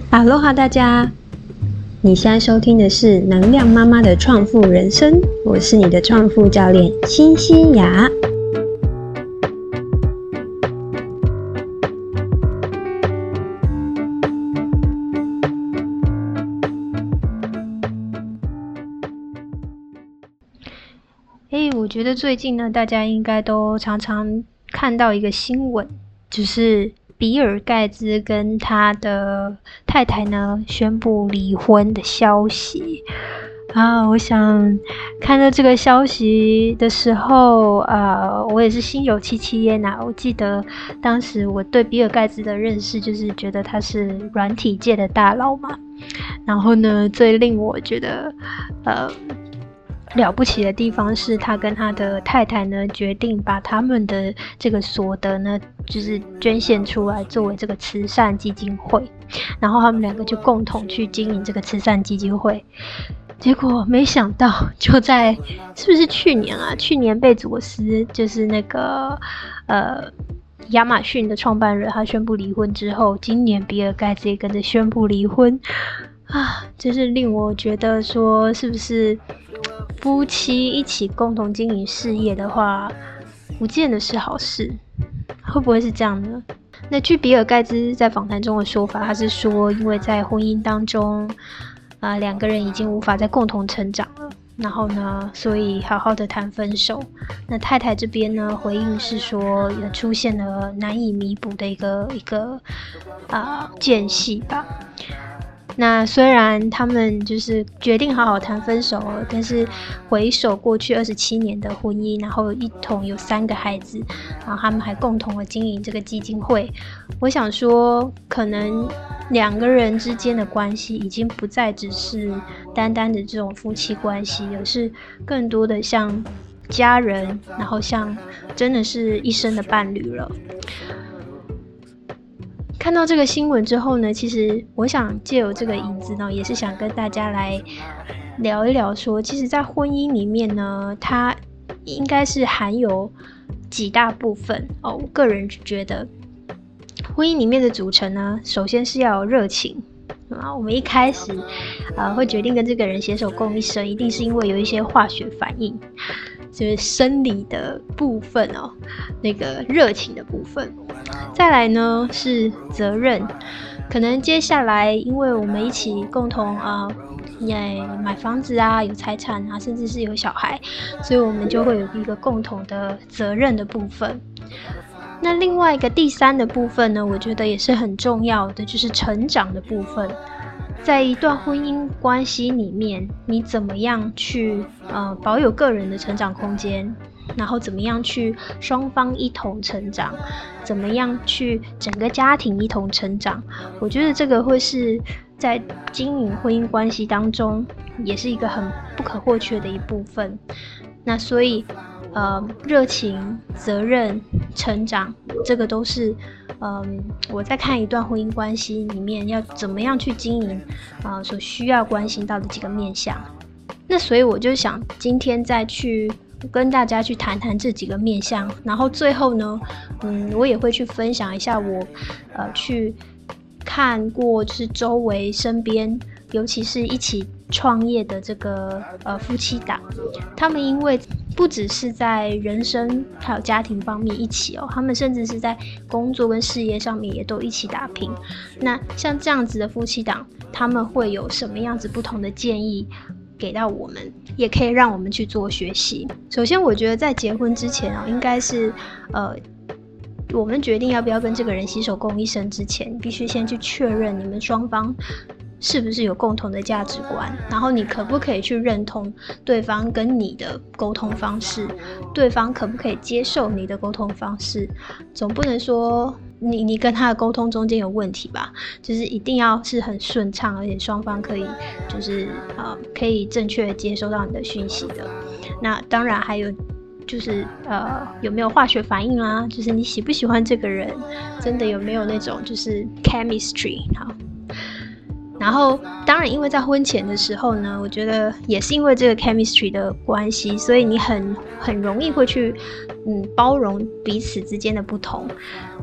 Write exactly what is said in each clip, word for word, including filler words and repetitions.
哈喽哈，大家，你现在收听的是能量妈妈的创富人生，我是你的创富教练辛西亚。诶，我觉得最近呢，大家应该都常常看到一个新闻，就是比尔盖茨跟他的太太呢宣布离婚的消息啊。我想看到这个消息的时候，呃，我也是心有戚戚焉啊。我记得当时我对比尔盖茨的认识就是觉得他是软体界的大佬嘛，然后呢，最令我觉得呃。了不起的地方是他跟他的太太呢决定把他们的这个所得呢就是捐献出来作为这个慈善基金会，然后他们两个就共同去经营这个慈善基金会。结果没想到就在是不是去年啊去年贝佐斯就是那个呃亚马逊的创办人他宣布离婚之后，今年比尔盖茨也跟着宣布离婚啊，就是令我觉得说是不是夫妻一起共同经营事业的话，不见得是好事，会不会是这样呢？那据比尔盖茨在访谈中的说法，他是说，因为在婚姻当中，啊、呃，两个人已经无法再共同成长了，然后呢，所以好好的谈分手。那太太这边呢，回应是说，也出现了难以弥补的一个一个啊、呃、间隙吧。那虽然他们就是决定好好谈分手了，但是回首过去二十七年的婚姻，然后一同有三个孩子，然后他们还共同的经营这个基金会。我想说，可能两个人之间的关系已经不再只是单单的这种夫妻关系，而是更多的像家人，然后像真的是一生的伴侣了。看到这个新闻之后呢，其实我想借由这个影子呢，也是想跟大家来聊一聊说，其实在婚姻里面呢，它应该是含有几大部分哦。我个人觉得，婚姻里面的组成呢，首先是要有热情啊。我们一开始呃会决定跟这个人携手共一生，一定是因为有一些化学反应。就是生理的部分哦，那个热情的部分。再来呢是责任，可能接下来因为我们一起共同啊、呃，买房子啊，有财产啊，甚至是有小孩，所以我们就会有一个共同的责任的部分。那另外一个第三的部分呢，我觉得也是很重要的，就是成长的部分。在一段婚姻关系里面，你怎么样去呃保有个人的成长空间，然后怎么样去双方一同成长，怎么样去整个家庭一同成长，我觉得这个会是在经营婚姻关系当中也是一个很不可或缺的一部分。那所以呃，热情、责任、成长，这个都是，嗯，我在看一段婚姻关系里面要怎么样去经营，啊、呃，所需要关心到的几个面向。那所以我就想今天再去跟大家去谈谈这几个面向，然后最后呢，嗯，我也会去分享一下我，呃，去看过就是周围身边，尤其是一起创业的这个呃夫妻档，他们因为不只是在人生还有家庭方面一起哦，他们甚至是在工作跟事业上面也都一起打拼。那像这样子的夫妻档，他们会有什么样子不同的建议给到我们，也可以让我们去做学习。首先我觉得在结婚之前哦，应该是呃我们决定要不要跟这个人携手共一生之前，必须先去确认你们双方是不是有共同的价值观，然后你可不可以去认同对方跟你的沟通方式，对方可不可以接受你的沟通方式。总不能说你你跟他的沟通中间有问题吧，就是一定要是很顺畅，而且双方可以就是呃可以正确的接收到你的讯息的。那当然还有就是呃有没有化学反应啦，就是你喜不喜欢这个人，真的有没有那种就是 chemistry。 好，然后当然因为在婚前的时候呢，我觉得也是因为这个 chemistry 的关系，所以你很很容易会去嗯包容彼此之间的不同。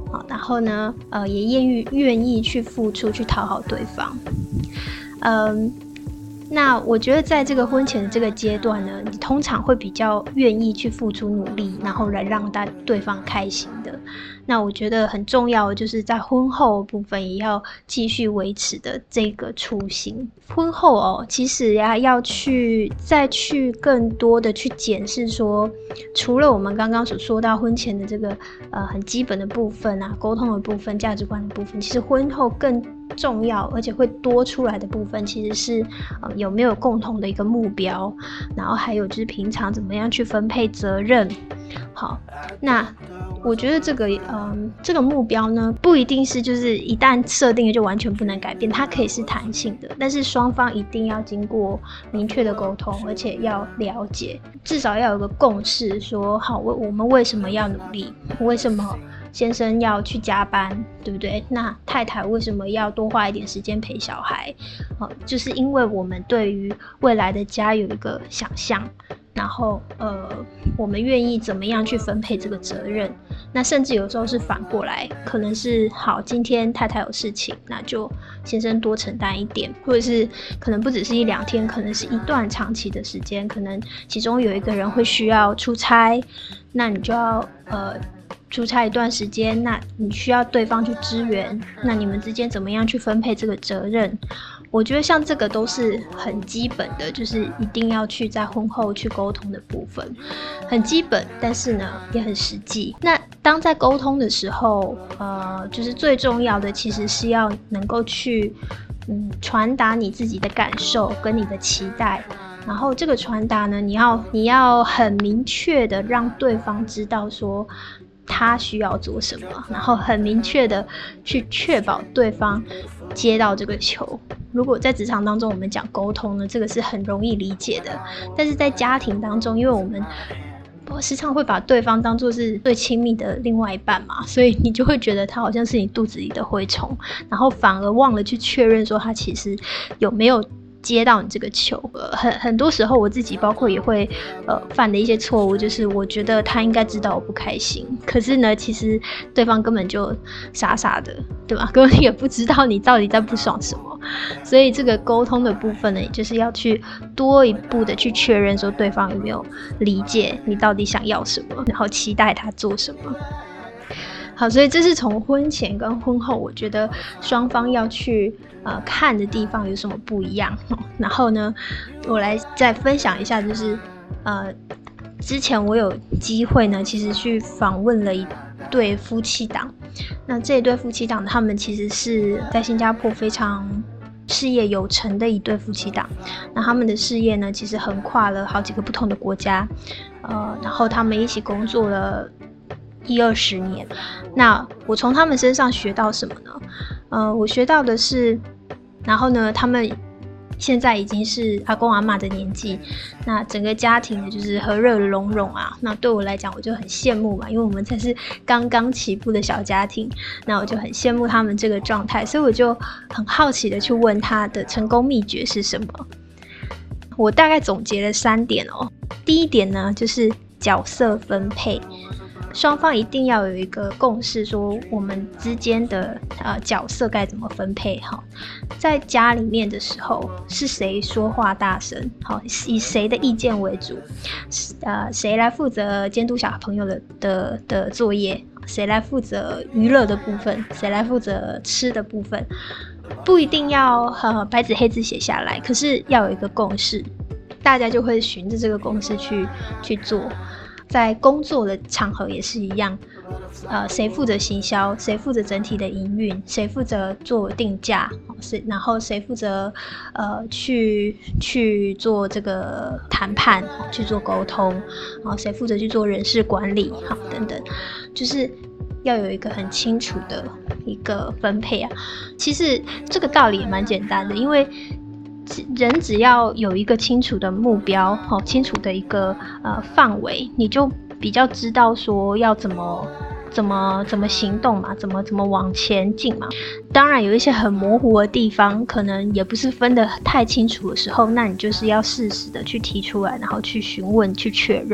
然后呢，呃，也愿意愿意去付出，去讨好对方。嗯，那我觉得在这个婚前的这个阶段呢，你通常会比较愿意去付出努力，然后来让大对方开心的。那我觉得很重要的就是在婚后部分也要继续维持的这个初心。婚后哦，其实呀要去再去更多的去检视说，除了我们刚刚所说到婚前的这个呃很基本的部分啊，沟通的部分、价值观的部分，其实婚后更重要而且会多出来的部分其实是、呃、有没有共同的一个目标，然后还有就是平常怎么样去分配责任。好，那我觉得这个嗯这个目标呢不一定是就是一旦设定了就完全不能改变，它可以是弹性的，但是双方一定要经过明确的沟通，而且要了解，至少要有个共识说好我们为什么要努力，为什么先生要去加班，对不对？那太太为什么要多花一点时间陪小孩、呃、就是因为我们对于未来的家有一个想象，然后呃，我们愿意怎么样去分配这个责任。那甚至有时候是反过来，可能是好今天太太有事情，那就先生多承担一点，或者是可能不只是一两天，可能是一段长期的时间，可能其中有一个人会需要出差，那你就要呃出差一段时间，那你需要对方去支援，那你们之间怎么样去分配这个责任。我觉得像这个都是很基本的，就是一定要去在婚后去沟通的部分，很基本，但是呢也很实际。那当在沟通的时候，呃，就是最重要的其实是要能够去嗯传达你自己的感受跟你的期待，然后这个传达呢，你要你要很明确的让对方知道说他需要做什么，然后很明确的去确保对方接到这个球。如果在职场当中我们讲沟通呢，这个是很容易理解的，但是在家庭当中，因为我们我时常会把对方当作是最亲密的另外一半嘛，所以你就会觉得他好像是你肚子里的蛔虫，然后反而忘了去确认说他其实有没有接到你这个球。呃、很很多时候我自己包括也会呃犯的一些错误，就是我觉得他应该知道我不开心，可是呢其实对方根本就傻傻的，对吧？根本也不知道你到底在不爽什么。所以这个沟通的部分呢，也就是要去多一步的去确认说对方有没有理解你到底想要什么，然后期待他做什么。好，所以这是从婚前跟婚后我觉得双方要去呃看的地方有什么不一样。然后呢我来再分享一下，就是呃之前我有机会呢其实去访问了一对夫妻档，那这一对夫妻档他们其实是在新加坡非常事业有成的一对夫妻档，那他们的事业呢其实横跨了好几个不同的国家，呃，然后他们一起工作了一二十年。那我从他们身上学到什么呢？呃，我学到的是，然后呢他们现在已经是阿公阿嬷的年纪，那整个家庭呢就是和乐融融啊。那对我来讲我就很羡慕嘛，因为我们才是刚刚起步的小家庭，那我就很羡慕他们这个状态，所以我就很好奇的去问他的成功秘诀是什么。我大概总结了三点哦。第一点呢就是角色分配，双方一定要有一个共识，说我们之间的呃角色该怎么分配。好，在家里面的时候是谁说话大声，好，以谁的意见为主，呃，谁来负责监督小朋友的的的作业，谁来负责娱乐的部分，谁来负责吃的部分，不一定要呃白纸黑字写下来，可是要有一个共识，大家就会循着这个公式去去做。在工作的场合也是一样，呃，谁负责行销，谁负责整体的营运，谁负责做定价，然后谁负责呃去去做这个谈判，去做沟通，然后谁负责去做人事管理，好等等，就是要有一个很清楚的一个分配啊。其实这个道理也蛮简单的，因为人只要有一个清楚的目标，好清楚的一个呃范围，你就比较知道说要怎么怎么怎么行动嘛，怎么怎么往前进嘛。当然有一些很模糊的地方，可能也不是分得太清楚的时候，那你就是要适时的去提出来，然后去询问去确认。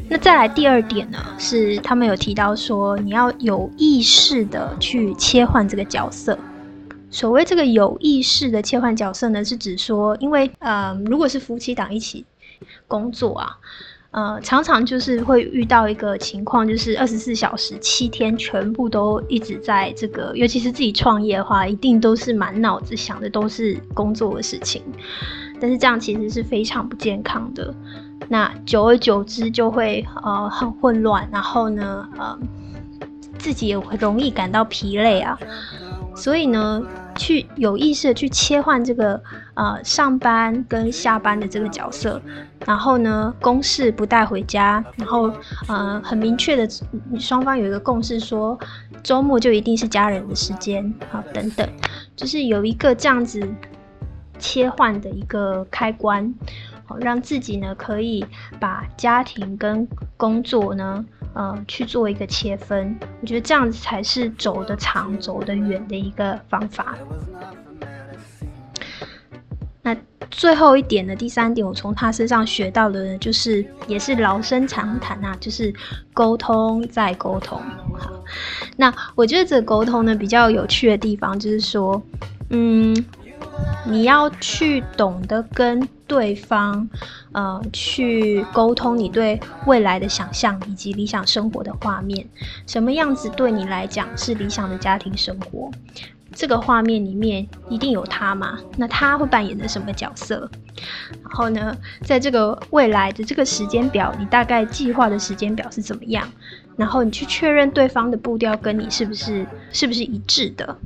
那再来第二点呢，是他们有提到说，你要有意识的去切换这个角色。所谓这个有意识的切换角色呢，是指说，因为呃，如果是夫妻档一起工作啊，呃，常常就是会遇到一个情况，就是二十四小时七天全部都一直在这个，尤其是自己创业的话，一定都是满脑子想的都是工作的事情。但是这样其实是非常不健康的。那久而久之就会呃很混乱，然后呢，呃，自己也会容易感到疲累啊。所以呢，去有意识的去切换这个呃上班跟下班的这个角色，然后呢，公事不带回家，然后呃很明确的双方有一个共识说，周末就一定是家人的时间啊等等，就是有一个这样子切换的一个开关，好让自己呢可以把家庭跟工作呢呃去做一个切分。我觉得这样子才是走得长走得远的一个方法。那最后一点呢，第三点我从他身上学到的呢，就是也是老生常谈啊，就是沟通再沟通。好，那我觉得这个沟通呢比较有趣的地方就是说，嗯你要去懂得跟对方呃去沟通你对未来的想象以及理想生活的画面，什么样子对你来讲是理想的家庭生活，这个画面里面一定有他嘛，那他会扮演的什么角色，然后呢在这个未来的这个时间表，你大概计划的时间表是怎么样，然后你去确认对方的步调跟你是不是是不是一致的。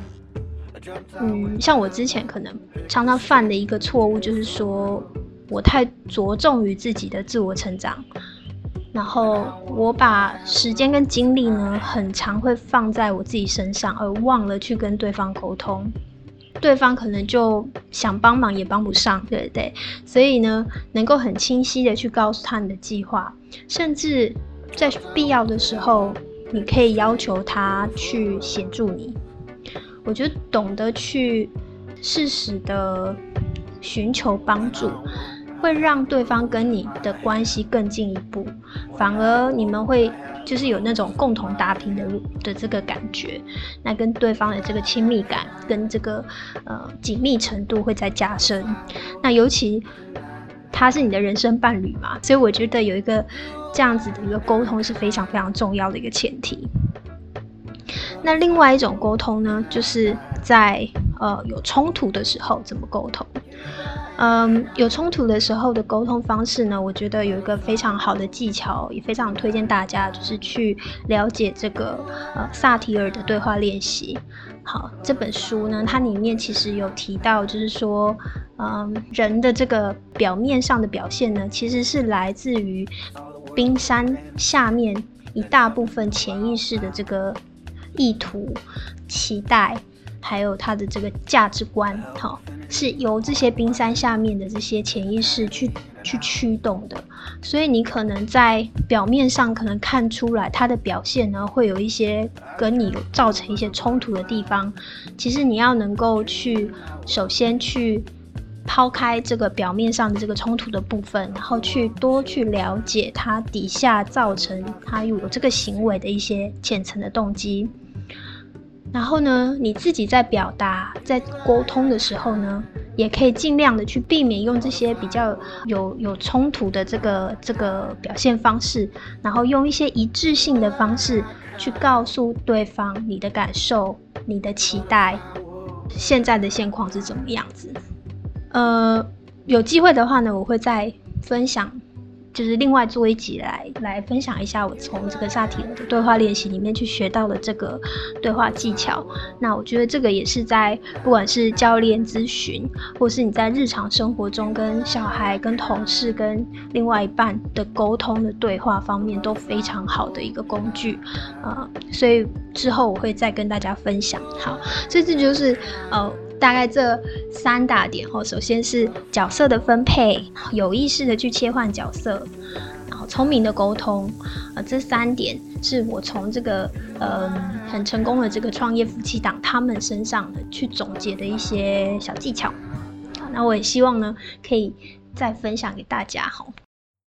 嗯，像我之前可能常常犯的一个错误就是说，我太着重于自己的自我成长，然后我把时间跟精力呢很常会放在我自己身上，而忘了去跟对方沟通，对方可能就想帮忙也帮不上，对不对？所以呢，能够很清晰的去告诉他你的计划，甚至在必要的时候你可以要求他去协助你。我觉得懂得去适时的寻求帮助，会让对方跟你的关系更进一步，反而你们会就是有那种共同打拼的的这个感觉，那跟对方的这个亲密感跟这个呃紧密程度会再加深。那尤其他是你的人生伴侣嘛，所以我觉得有一个这样子的一个沟通是非常非常重要的一个前提。那另外一种沟通呢，就是在呃有冲突的时候怎么沟通。嗯，有冲突的时候的沟通方式呢，我觉得有一个非常好的技巧，也非常推荐大家，就是去了解这个呃萨提尔的对话练习。好，这本书呢，它里面其实有提到，就是说，嗯，人的这个表面上的表现呢，其实是来自于冰山下面一大部分潜意识的这个意图、期待，还有他的这个价值观，好，是由这些冰山下面的这些潜意识去去驱动的。所以你可能在表面上可能看出来他的表现呢，会有一些跟你有造成一些冲突的地方。其实你要能够去首先去抛开这个表面上的这个冲突的部分，然后去多去了解他底下造成他有这个行为的一些浅层的动机。然后呢，你自己在表达在沟通的时候呢，也可以尽量的去避免用这些比较有有冲突的这个这个表现方式，然后用一些一致性的方式去告诉对方你的感受、你的期待，现在的现况是怎么样子。呃，有机会的话呢，我会再分享，就是另外做一集来来分享一下我从这个萨提尔的对话练习里面去学到的这个对话技巧。那我觉得这个也是在不管是教练咨询，或是你在日常生活中跟小孩、跟同事、跟另外一半的沟通的对话方面都非常好的一个工具。呃，所以之后我会再跟大家分享。好，所以这就是呃。大概这三大点哦，首先是角色的分配，有意识的去切换角色，然后聪明的沟通，呃，这三点是我从这个呃很成功的这个创业夫妻档他们身上的去总结的一些小技巧。那我也希望呢，可以再分享给大家哈。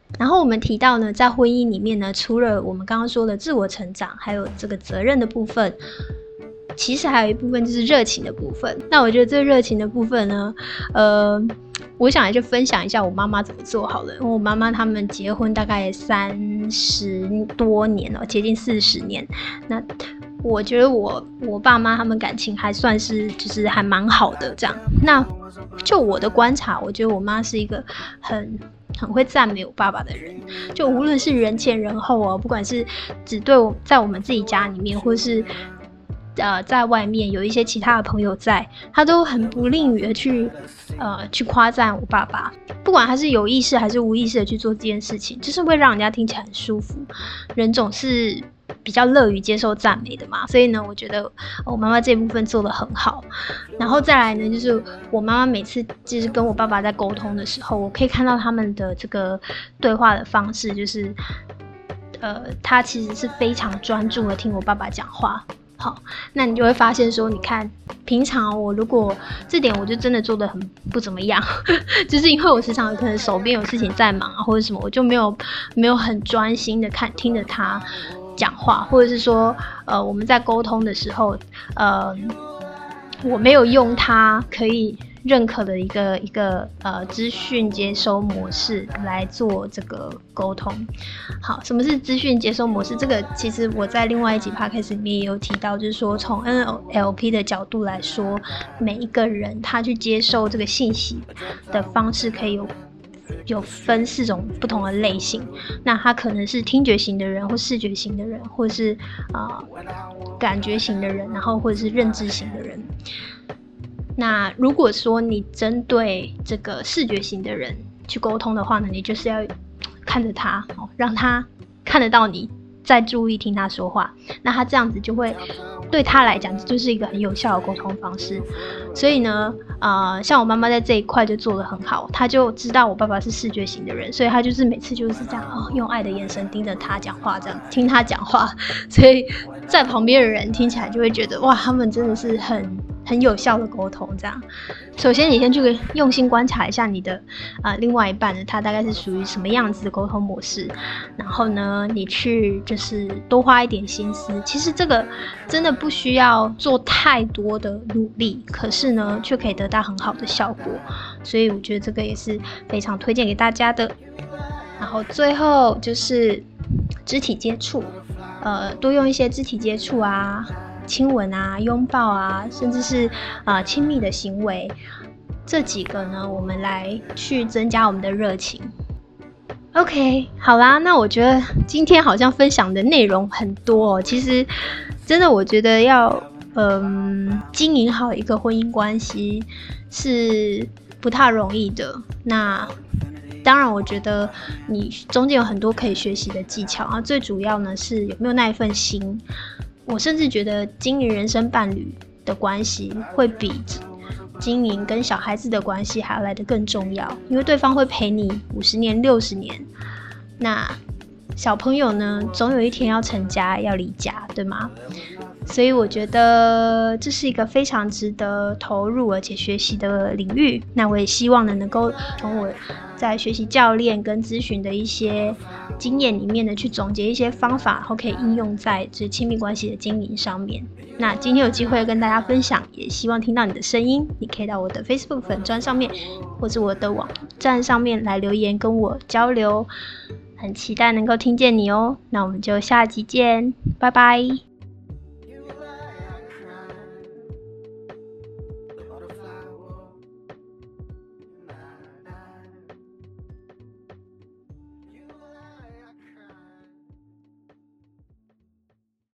然后我们提到呢，在婚姻里面呢，除了我们刚刚说的自我成长，还有这个责任的部分，其实还有一部分就是热情的部分。那我觉得这热情的部分呢，呃，我想来就分享一下我妈妈怎么做好了。因为我妈妈他们结婚大概三十多年了，接近四十年。那我觉得我我爸妈他们感情还算是就是还蛮好的这样。那就我的观察，我觉得我妈是一个很很会赞美我爸爸的人，就无论是人前人后哦，不管是只对我在我们自己家里面，或是呃在外面有一些其他的朋友在，他都很不吝于的去呃去夸赞我爸爸，不管他是有意识还是无意识的去做这件事情，就是会让人家听起来很舒服。人总是比较乐于接受赞美的嘛，所以呢，我觉得我妈妈这部分做得很好。然后再来呢，就是我妈妈每次就是跟我爸爸在沟通的时候，我可以看到他们的这个对话的方式，就是呃，他其实是非常专注的听我爸爸讲话。好，那你就会发现说，你看平常我如果这点我就真的做得很不怎么样，就是因为我时常可能手边有事情在忙啊，或者什么，我就没有没有很专心的看听着他讲话，或者是说，呃，我们在沟通的时候，呃，我没有用他可以认可的一个一个呃资讯接收模式来做这个沟通。好，什么是资讯接收模式？这个其实我在另外一集 podcast 里面也有提到，就是说从 N L P 的角度来说，每一个人他去接受这个信息的方式可以有。有分四种不同的类型，那他可能是听觉型的人，或视觉型的人，或是呃感觉型的人，然后或者是认知型的人。那如果说你针对这个视觉型的人去沟通的话呢，你就是要看着他，哦，让他看得到你，再注意听他说话。那他这样子就会对他来讲就是一个很有效的沟通方式。所以呢，呃，像我妈妈在这一块就做得很好，她就知道我爸爸是视觉型的人，所以她就是每次就是这样，哦，用爱的眼神盯着他讲话，这样听他讲话，所以在旁边的人听起来就会觉得哇，他们真的是很很有效的沟通。这样，首先你先去用心观察一下你的呃另外一半呢，他大概是属于什么样子的沟通模式，然后呢，你去就是多花一点心思。其实这个真的不需要做太多的努力，可是呢，却可以得到很好的效果，所以我觉得这个也是非常推荐给大家的。然后最后就是肢体接触，呃，多用一些肢体接触啊、亲吻啊、拥抱啊，甚至是呃亲密的行为，这几个呢，我们来去增加我们的热情。OK， 好啦，那我觉得今天好像分享的内容很多哦，其实真的我觉得要嗯经营好一个婚姻关系是不太容易的。那当然我觉得你中间有很多可以学习的技巧啊，最主要呢是有没有那一份心。我甚至觉得经营人生伴侣的关系会比经营跟小孩子的关系还要来得更重要，因为对方会陪你五十年、六十年。那小朋友呢，总有一天要成家、要离家，对吗？所以我觉得这是一个非常值得投入而且学习的领域。那我也希望呢，能够从我在学习教练跟咨询的一些经验里面呢，去总结一些方法，然后可以应用在这亲密关系的经营上面。那今天有机会跟大家分享，也希望听到你的声音。你可以到我的 Facebook 粉专上面，或是我的网站上面来留言跟我交流，很期待能够听见你哦。那我们就下集见，拜拜。